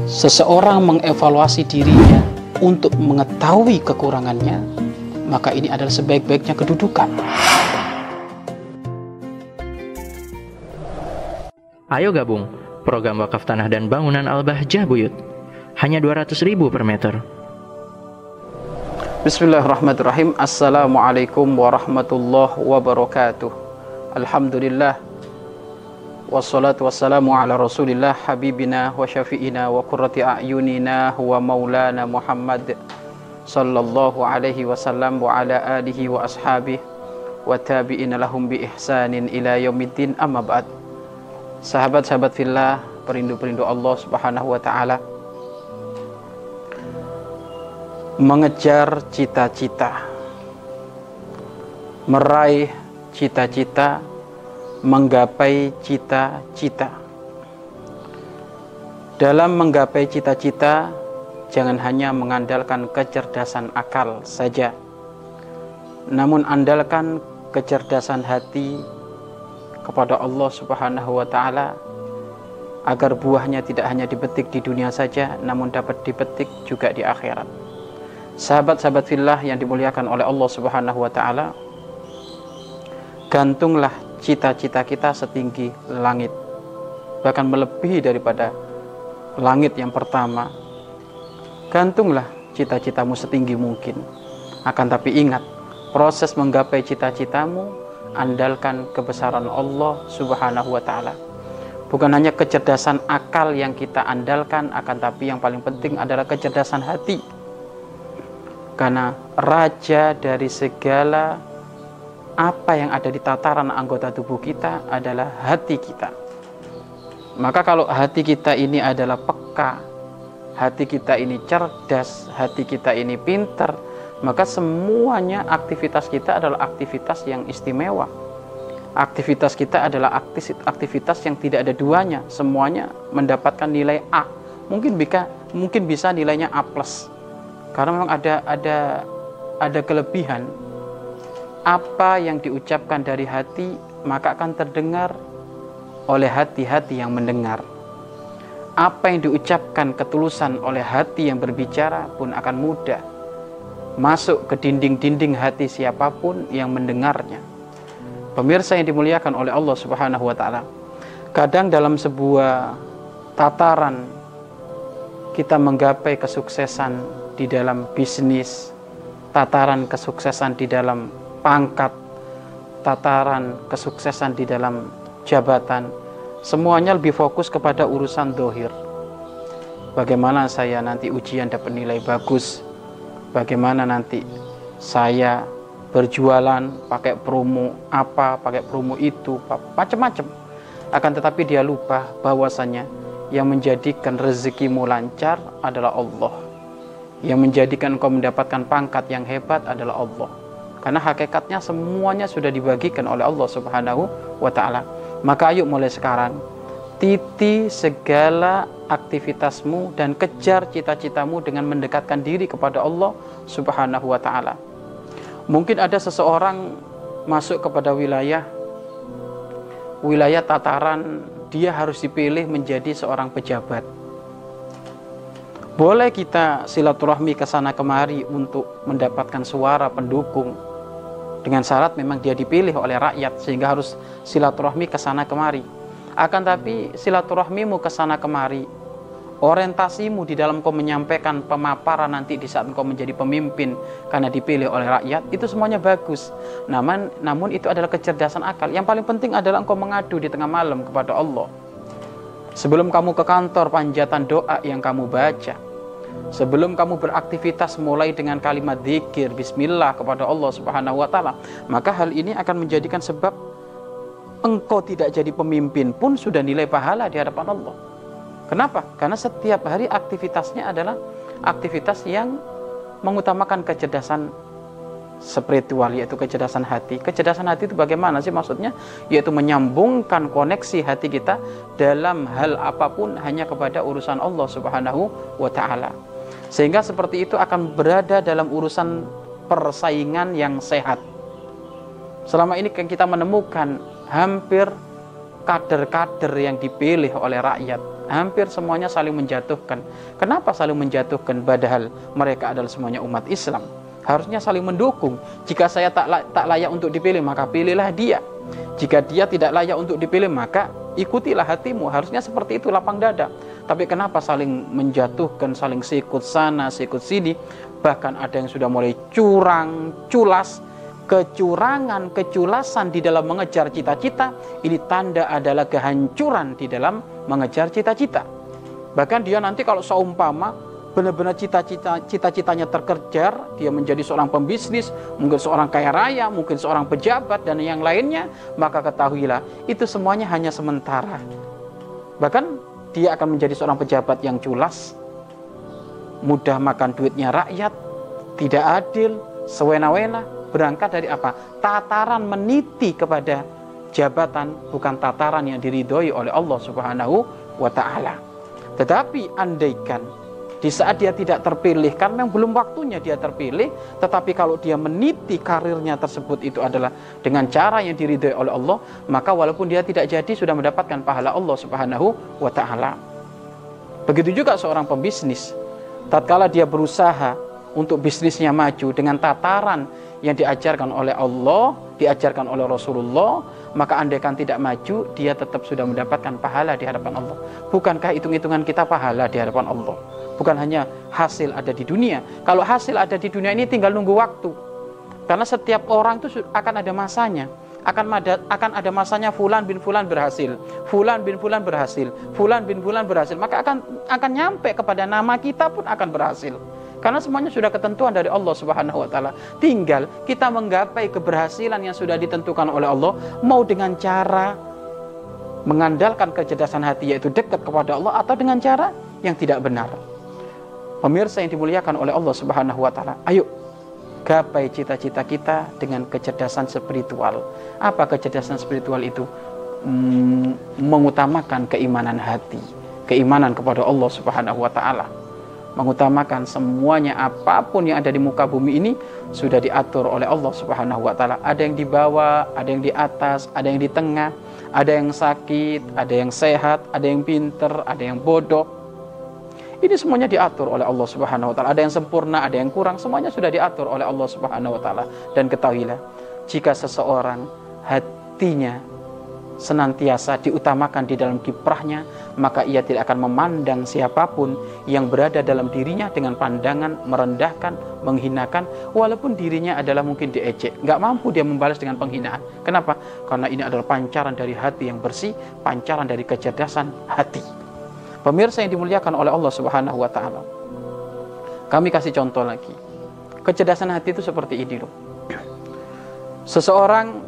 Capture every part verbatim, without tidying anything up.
seseorang mengevaluasi dirinya untuk mengetahui kekurangannya, maka ini adalah sebaik-baiknya kedudukan. Ayo gabung program wakaf tanah dan bangunan Al-Bahjah Buyut. Hanya dua ratus ribu per meter. Bismillahirrahmanirrahim. Assalamualaikum warahmatullahi wabarakatuh. Alhamdulillah. Wassalatu wassalamu ala rasulillah habibina wa syafi'ina wa qurrati a'yunina wa maulana Muhammad sallallahu alaihi wasallam wa ala alihi wa ashabihi wa tabi'ina lahum bi ihsanin ila yaumiddin, amma ba'd. Sahabat-sahabat fillah, perindu-perindu Allah Subhanahu wa taala, mengejar cita-cita, meraih cita-cita, menggapai cita-cita. Dalam menggapai cita-cita, jangan hanya mengandalkan kecerdasan akal saja, namun andalkan kecerdasan hati kepada Allah Subhanahu wa taala, agar buahnya tidak hanya dipetik di dunia saja, namun dapat dipetik juga di akhirat. Sahabat-sahabat fillah yang dimuliakan oleh Allah Subhanahu wa taala, gantunglah cita-cita kita setinggi langit, bahkan melebihi daripada langit yang pertama. Gantunglah cita-citamu setinggi mungkin. Akan tapi ingat, proses menggapai cita-citamu andalkan kebesaran Allah Subhanahu wa taala. Bukan hanya kecerdasan akal yang kita andalkan, akan tapi yang paling penting adalah kecerdasan hati. Karena raja dari segala apa yang ada di tataran anggota tubuh kita adalah hati kita. Maka kalau hati kita ini adalah peka, hati kita ini cerdas, hati kita ini pintar, maka semuanya aktivitas kita adalah aktivitas yang istimewa. Aktivitas kita adalah aktivitas yang tidak ada duanya, semuanya mendapatkan nilai A. Mungkin bisa mungkin bisa nilainya A plus. Karena memang ada ada ada kelebihan. Apa yang diucapkan dari hati maka akan terdengar oleh hati-hati yang mendengar. Apa yang diucapkan ketulusan oleh hati yang berbicara pun akan mudah masuk ke dinding-dinding hati siapapun yang mendengarnya. Pemirsa yang dimuliakan oleh Allah Subhanahu wa taala, kadang dalam sebuah tataran kita menggapai kesuksesan di dalam bisnis, tataran kesuksesan di dalam pangkat, tataran kesuksesan di dalam jabatan, semuanya lebih fokus kepada urusan dohir. Bagaimana saya nanti ujian dapat nilai bagus, bagaimana nanti saya berjualan pakai promo apa, pakai promo itu, macam-macam. Akan tetapi dia lupa bahwasanya yang menjadikan rezekimu lancar adalah Allah. Yang menjadikan kau mendapatkan pangkat yang hebat adalah Allah. Karena hakikatnya semuanya sudah dibagikan oleh Allah Subhanahu wa taala. Maka ayo mulai sekarang, titi segala aktivitasmu dan kejar cita-citamu dengan mendekatkan diri kepada Allah Subhanahu wa taala. Mungkin ada seseorang masuk kepada wilayah wilayah tataran dia harus dipilih menjadi seorang pejabat. Boleh kita silaturahmi ke sana kemari untuk mendapatkan suara pendukung, dengan syarat memang dia dipilih oleh rakyat, sehingga harus silaturahmi ke sana kemari. Akan tapi silaturahmimu ke sana kemari, orientasimu di dalam kau menyampaikan pemaparan nanti di saat kau menjadi pemimpin karena dipilih oleh rakyat, itu semuanya bagus. Namun, namun itu adalah kecerdasan akal. Yang paling penting adalah engkau mengadu di tengah malam kepada Allah. Sebelum kamu ke kantor, panjatan doa yang kamu baca. Sebelum kamu beraktivitas mulai dengan kalimat zikir bismillah kepada Allah Subhanahu wa taala, maka hal ini akan menjadikan sebab engkau tidak jadi pemimpin pun sudah nilai pahala di hadapan Allah. Kenapa? Karena setiap hari aktivitasnya adalah aktivitas yang mengutamakan kecerdasan spiritual, yaitu kecerdasan hati. Kecerdasan hati itu bagaimana sih maksudnya? Yaitu menyambungkan koneksi hati kita dalam hal apapun hanya kepada urusan Allah Subhanahu wa taala. Sehingga seperti itu akan berada dalam urusan persaingan yang sehat. Selama ini kita menemukan hampir kader-kader yang dipilih oleh rakyat hampir semuanya saling menjatuhkan. Kenapa saling menjatuhkan? Padahal mereka adalah semuanya umat Islam. Harusnya saling mendukung. Jika saya tak, tak layak untuk dipilih, maka pilihlah dia. Jika dia tidak layak untuk dipilih, maka ikutilah hatimu. Harusnya seperti itu, lapang dada. Tapi kenapa saling menjatuhkan, saling sikut sana, sikut sini. Bahkan ada yang sudah mulai curang, culas. Kecurangan, keculasan di dalam mengejar cita-cita, ini tanda adalah kehancuran di dalam mengejar cita-cita. Bahkan dia nanti kalau seumpama benar-benar cita-cita cita-citanya terkejar, dia menjadi seorang pembisnis, mungkin seorang kaya raya, mungkin seorang pejabat dan yang lainnya, maka ketahuilah itu semuanya hanya sementara. Bahkan dia akan menjadi seorang pejabat yang culas, mudah makan duitnya rakyat, tidak adil, sewena-wena. Berangkat dari apa? Tataran meniti kepada jabatan, bukan tataran yang diridhoi oleh Allah Subhanahu wa ta'ala. Tetapi andaikan di saat dia tidak terpilih, kan memang belum waktunya dia terpilih, tetapi kalau dia meniti karirnya tersebut itu adalah dengan cara yang diridhoi oleh Allah, maka walaupun dia tidak jadi sudah mendapatkan pahala Allah Subhanahu wa ta'ala. Begitu juga seorang pembisnis, tatkala dia berusaha untuk bisnisnya maju dengan tataran yang diajarkan oleh Allah, diajarkan oleh Rasulullah, maka andaikan tidak maju, dia tetap sudah mendapatkan pahala di hadapan Allah. Bukankah hitung-hitungan kita pahala di hadapan Allah? Bukan hanya hasil ada di dunia. Kalau hasil ada di dunia ini tinggal nunggu waktu. Karena setiap orang itu akan ada masanya. Akan ada, akan ada masanya fulan bin fulan berhasil, fulan bin fulan berhasil, fulan bin fulan berhasil. Maka akan akan nyampe kepada nama kita pun akan berhasil. Karena semuanya sudah ketentuan dari Allah Subhanahu wa ta'ala. Tinggal kita menggapai keberhasilan yang sudah ditentukan oleh Allah, mau dengan cara mengandalkan kecerdasan hati, yaitu dekat kepada Allah, atau dengan cara yang tidak benar. Pemirsa yang dimuliakan oleh Allah Subhanahu wa ta'ala, ayo gapai cita-cita kita dengan kecerdasan spiritual. Apa kecerdasan spiritual itu? Hmm, mengutamakan keimanan hati, keimanan kepada Allah Subhanahu wa ta'ala. Mengutamakan semuanya, apapun yang ada di muka bumi ini sudah diatur oleh Allah Subhanahu wa ta'ala. Ada yang di bawah, ada yang di atas, ada yang di tengah, ada yang sakit, ada yang sehat, ada yang pinter, ada yang bodoh. Ini semuanya diatur oleh Allah Subhanahu wa ta'ala. Ada yang sempurna, ada yang kurang, semuanya sudah diatur oleh Allah Subhanahu wa ta'ala. Dan ketahuilah, jika seseorang hatinya senantiasa diutamakan di dalam kiprahnya, maka ia tidak akan memandang siapapun yang berada dalam dirinya dengan pandangan merendahkan, menghinakan, walaupun dirinya adalah mungkin diejek. Nggak mampu dia membalas dengan penghinaan. Kenapa? Karena ini adalah pancaran dari hati yang bersih, pancaran dari kecerdasan hati. Pemirsa yang dimuliakan oleh Allah Subhanahu wa ta'ala, kami kasih contoh lagi. Kecerdasan hati itu seperti ini loh. Seseorang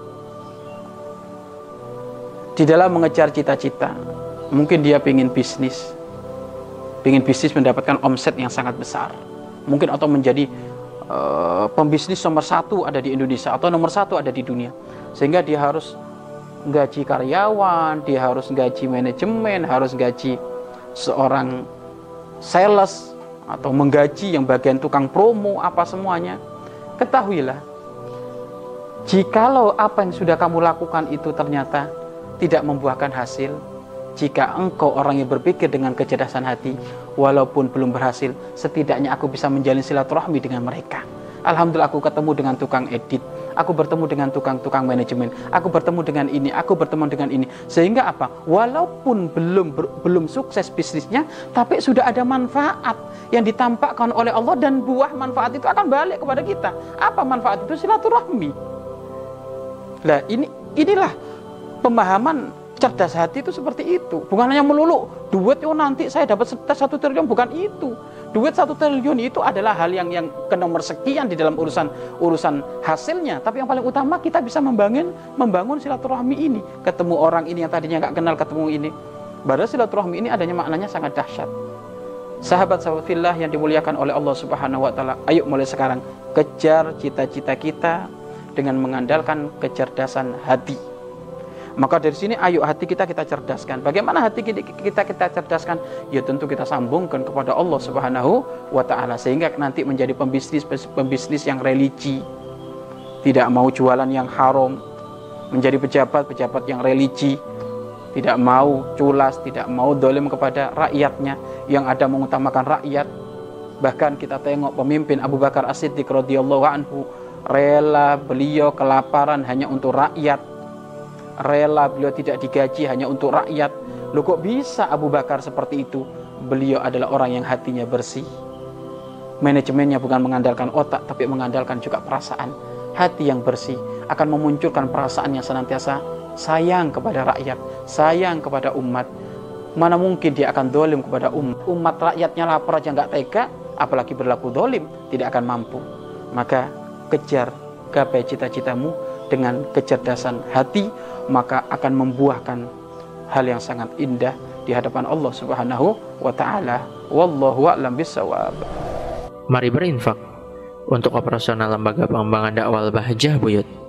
di dalam mengejar cita-cita, mungkin dia ingin bisnis, ingin bisnis mendapatkan omset yang sangat besar, mungkin atau menjadi uh, pembisnis nomor satu ada di Indonesia atau nomor satu ada di dunia, sehingga dia harus gaji karyawan, dia harus gaji manajemen, harus gaji seorang sales atau menggaji yang bagian tukang promo, apa semuanya. Ketahuilah, jikalau apa yang sudah kamu lakukan itu ternyata tidak membuahkan hasil, jika engkau orang yang berpikir dengan kecerdasan hati, walaupun belum berhasil, setidaknya aku bisa menjalin silaturahmi dengan mereka. Alhamdulillah, aku ketemu dengan tukang edit, aku bertemu dengan tukang-tukang manajemen, aku bertemu dengan ini, aku bertemu dengan ini. Sehingga apa? Walaupun belum ber, belum sukses bisnisnya, tapi sudah ada manfaat yang ditampakkan oleh Allah, dan buah manfaat itu akan balik kepada kita. Apa manfaat itu? Silaturahmi. Nah, ini inilah pemahaman cerdas hati itu seperti itu. Bukan hanya melulu duit, oh nanti saya dapat satu triliun, bukan itu. Duit satu triliun itu adalah hal yang yang ke nomor sekian di dalam urusan urusan hasilnya. Tapi yang paling utama kita bisa membangun membangun silaturahmi ini. Ketemu orang ini yang tadinya nggak kenal, ketemu ini. Padahal silaturahmi ini adanya maknanya sangat dahsyat. Sahabat-sahabat fillah yang dimuliakan oleh Allah Subhanahu wa ta'ala, ayo mulai sekarang kejar cita-cita kita dengan mengandalkan kecerdasan hati. Maka dari sini ayo hati kita kita cerdaskan. Bagaimana hati kita kita, kita cerdaskan? Ya tentu kita sambungkan kepada Allah Subhanahu wa ta'ala, sehingga nanti menjadi pembisnis pembisnis yang religi, tidak mau jualan yang haram, menjadi pejabat-pejabat yang religi, tidak mau culas, tidak mau dolim kepada rakyatnya, yang ada mengutamakan rakyat. Bahkan kita tengok pemimpin Abu Bakar As-Siddiq radhiyallahu anhu, rela beliau kelaparan hanya untuk rakyat, rela beliau tidak digaji hanya untuk rakyat. Loh, kok bisa Abu Bakar seperti itu? Beliau adalah orang yang hatinya bersih. Manajemennya bukan mengandalkan otak, tapi mengandalkan juga perasaan. Hati yang bersih akan memunculkan perasaan yang senantiasa sayang kepada rakyat, sayang kepada umat. Mana mungkin dia akan dolim kepada umat? Umat rakyatnya lapar aja nggak tega, apalagi berlaku dolim, tidak akan mampu. Maka kejar, gapai cita-citamu dengan kecerdasan hati, maka akan membuahkan hal yang sangat indah di hadapan Allah Subhanahu wa taala. Wallahu a'lam bissawab. Mari berinfak untuk operasional lembaga pengembangan dakwah Al-Bahjah Buyut.